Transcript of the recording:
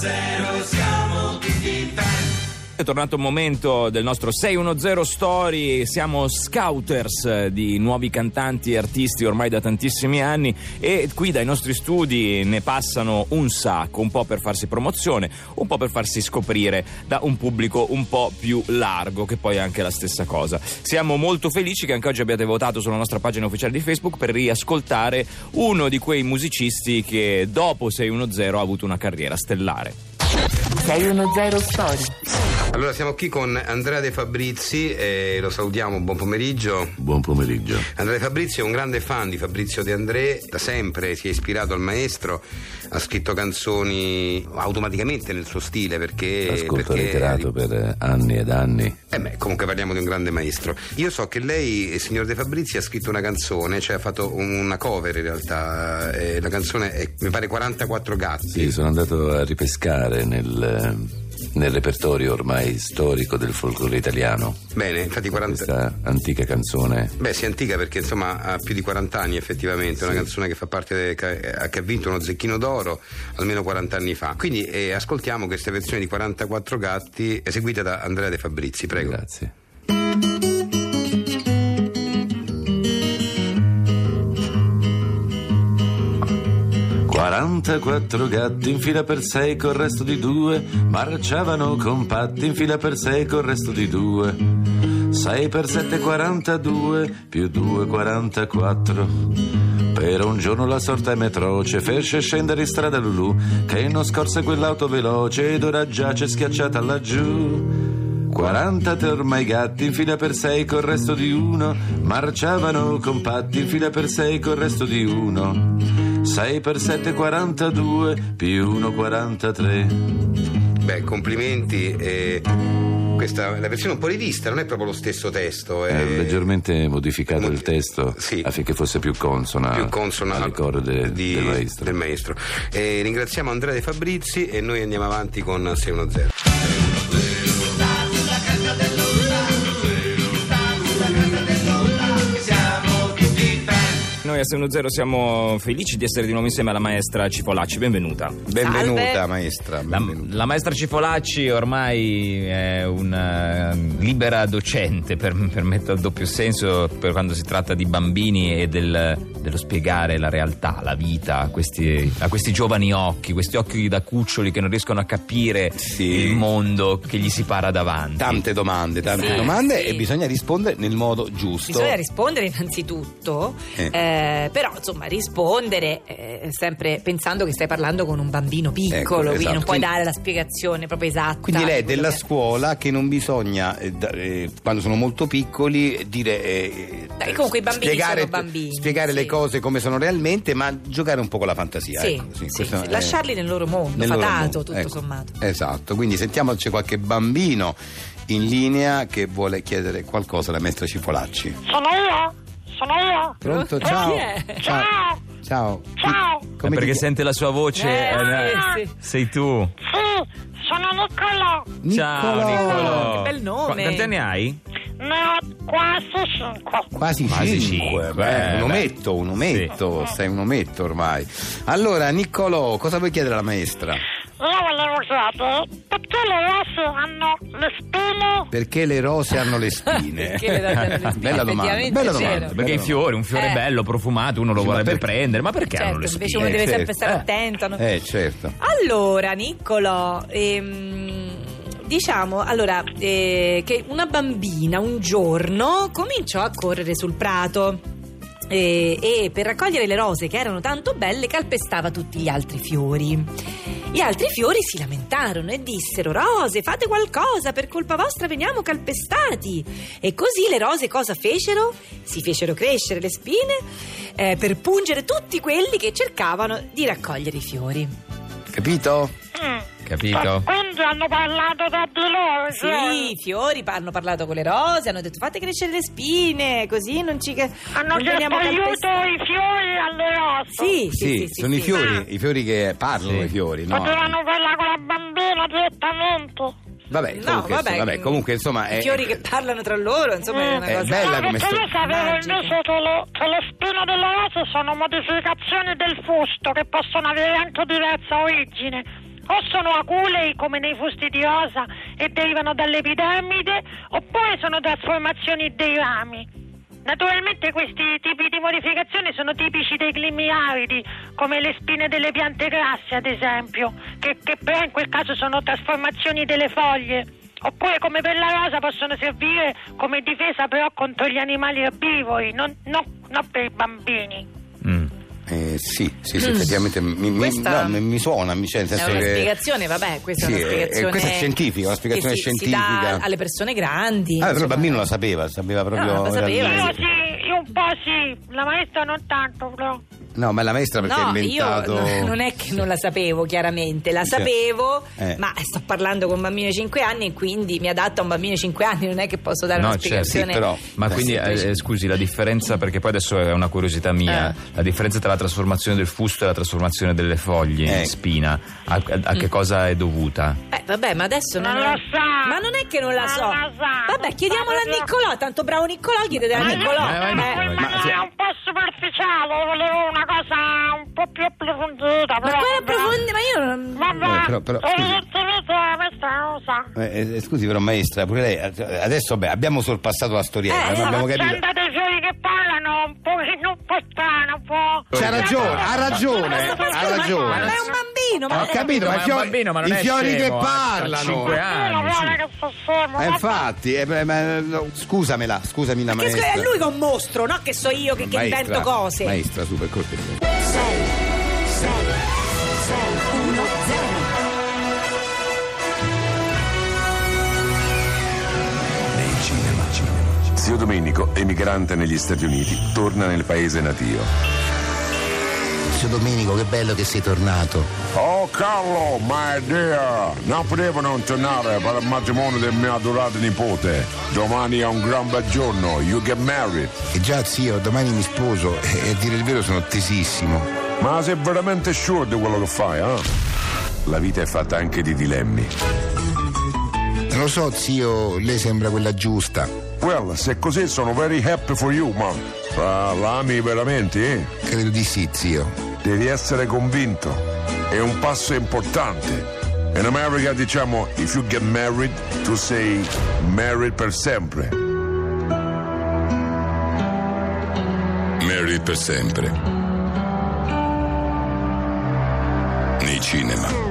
610 siamo tutti fan. È tornato il momento del nostro 610 Story. Siamo scouters di nuovi cantanti e artisti ormai da tantissimi anni e qui dai nostri studi ne passano un sacco, un po' per farsi promozione, un po' per farsi scoprire da un pubblico un po' più largo, che poi è anche la stessa cosa. Siamo molto felici che anche oggi abbiate votato sulla nostra pagina ufficiale di Facebook per riascoltare uno di quei musicisti che dopo 610 ha avuto una carriera stellare. 610 Story. Allora siamo qui con Andrea De Fabrizi e lo salutiamo, buon pomeriggio. Buon pomeriggio. Andrea De Fabrizi è un grande fan di Fabrizio De André, da sempre si è ispirato al maestro, ha scritto canzoni automaticamente nel suo stile perché... Ascolto letterato per anni ed anni. Comunque parliamo di un grande maestro. Io so che lei, signor De Fabrizi, ha scritto una canzone, cioè ha fatto una cover in realtà, la canzone è, mi pare, 44 gatti. Sì, sono andato a ripescare nel repertorio ormai storico del folklore italiano. Bene, infatti 40... Questa antica canzone. Beh, sì, antica perché insomma ha più di 40 anni effettivamente, sì. Una canzone che fa parte che ha vinto uno Zecchino d'Oro almeno 40 anni fa. Quindi ascoltiamo questa versione di 44 gatti eseguita da Andrea De Fabrizi, prego. Grazie. 44 gatti in fila per 6 col resto di 2 marciavano compatti in fila per 6 col resto di 2. 6 per 7 42 più 2 44. Per un giorno la sorte metroce fece scendere in strada Lulù che non scorse quell'auto veloce ed ora giace schiacciata laggiù. 43 ormai gatti in fila per 6 col resto di 1 marciavano compatti in fila per 6 col resto di 1. 6 per 7 42 più 1 43. Beh, complimenti. Questa è la versione un po' rivista, non è proprio lo stesso testo. È leggermente modificato il testo, sì, affinché fosse più consona alle corde del maestro. Ringraziamo Andrea De Fabrizi e noi andiamo avanti con 610. Noi a 610 siamo felici di essere di nuovo insieme alla maestra Cifolacci, benvenuta. Benvenuta. Salve. Maestra. La maestra Cifolacci ormai è una libera docente, per mettere al doppio senso, per quando si tratta di bambini e dello spiegare la realtà, la vita a questi giovani occhi, questi occhi da cuccioli che non riescono a capire il mondo che gli si para davanti. Tante domande e bisogna rispondere nel modo giusto. Bisogna rispondere innanzitutto, però insomma rispondere sempre pensando che stai parlando con un bambino piccolo, quindi esatto. Non puoi dare la spiegazione proprio esatta. Quindi lei è della scuola che non bisogna quando sono molto piccoli dire comunque i bambini sono bambini, spiegare le cose come sono realmente, ma giocare un po' con la fantasia. Sì. Lasciarli nel loro mondo fatato, tutto sommato. Esatto, quindi sentiamo se c'è qualche bambino in linea che vuole chiedere qualcosa alla maestra Cifolacci. Sono io? Pronto? Ciao. Ciao. Come perché sente la sua voce? Sei tu? Sì, sono Niccolò. Ciao Niccolò. Che bel nome. Quanti anni hai? Ne ho quasi 5. Quasi 5. Un ometto, Sì. sei un ometto ormai. Allora, Niccolò, cosa vuoi chiedere alla maestra? Io volevo chiedere perché le rose hanno le spine? Perché le rose hanno le spine? Perché le rose hanno le spine? Bella domanda. Effettivamente Perché i fiori, un fiore bello, profumato, uno lo vorrebbe prendere, ma perché hanno le invece spine? uno deve sempre stare attento. No? Certo. Allora, Niccolò, diciamo che una bambina un giorno cominciò a correre sul prato e per raccogliere le rose che erano tanto belle calpestava tutti gli altri fiori. Gli altri fiori si lamentarono e dissero: rose, fate qualcosa, per colpa vostra veniamo calpestati. E così le rose cosa fecero? Si fecero crescere le spine per pungere tutti quelli che cercavano di raccogliere i fiori. Capito? Capito? Quindi hanno parlato tra di loro. Sì, i fiori hanno parlato con le rose, hanno detto fate crescere le spine, così non ci hanno non veniamo chiesto aiuto calpestati. i fiori alle rose. Sì, sono i fiori che parlano, i fiori, no? Potevano parlare con la bambina direttamente. Comunque insomma i fiori che parlano tra loro, insomma è una cosa bella come perché io sapevo invece che le spine delle rose sono modificazioni del fusto che possono avere anche diversa origine. o sono aculei come nei fusti di rosa e derivano dall'epidermide, oppure sono trasformazioni dei rami. Naturalmente questi tipi di modificazioni sono tipici dei climi aridi, come le spine delle piante grasse ad esempio, che però in quel caso sono trasformazioni delle foglie. Oppure come per la rosa possono servire come difesa però contro gli animali erbivori, non per i bambini. Sì, effettivamente mi suona, cioè, nel senso è una che... spiegazione, vabbè, questa Sì, è una spiegazione. questa è scientifica, una spiegazione che si scientifica. dà alle persone grandi. Però il insomma. bambino la sapeva proprio. No, la sapeva. Io un po' sì, la maestra non tanto però. No, ma è la maestra perché ha inventato. Io non è che non la sapevo, chiaramente, la sapevo, ma sto parlando con un bambino di 5 anni e quindi mi adatto a un bambino di 5 anni, non è che posso dare una spiegazione. Sì, però. Ma quindi scusi, la differenza, perché poi adesso è una curiosità mia, la differenza tra la trasformazione del fusto e la trasformazione delle foglie in spina, a che cosa è dovuta? Vabbè, ma adesso non lo so. Ma non è che non la so. Non lo so. Vabbè, chiediamolo a Niccolò, tanto bravo Niccolò, chiedete a Niccolò. Ma è un po' superficiale, volevo una cosa un po' più approfondita. Ma quale approfondita? Ma io non... Vabbè, però, maestra non lo sa. Scusi, però maestra, pure lei adesso abbiamo sorpassato la storiella, non abbiamo capito. C'è dei fiori che parlano un po' strano, un po'. C'ha ragione, ha ragione. Ma è un bambino, Ho capito, ma i fiori che parlano. 5 anni. Infatti, scusami la maestra. È lui che è un mostro, no? Che so io che invento cose. Maestra, super cortesia. 6, 1, 0. Zio Domenico, emigrante negli Stati Uniti, torna nel paese natio. Zio Domenico, che bello che sei tornato. Oh Carlo, my dear, non potevo non tornare per il matrimonio del mio adorato nipote. Domani è un gran bel giorno, you get married. E già zio, domani mi sposo e a dire il vero sono attesissimo. Ma sei veramente sure di quello che fai, eh? La vita è fatta anche di dilemmi. Non lo so zio, lei sembra quella giusta. Well, se così sono very happy for you, ma la ami veramente? Credo di sì zio. Devi essere convinto, è un passo importante. In America diciamo, if you get married, tu sei married per sempre. Married per sempre. Nei cinema.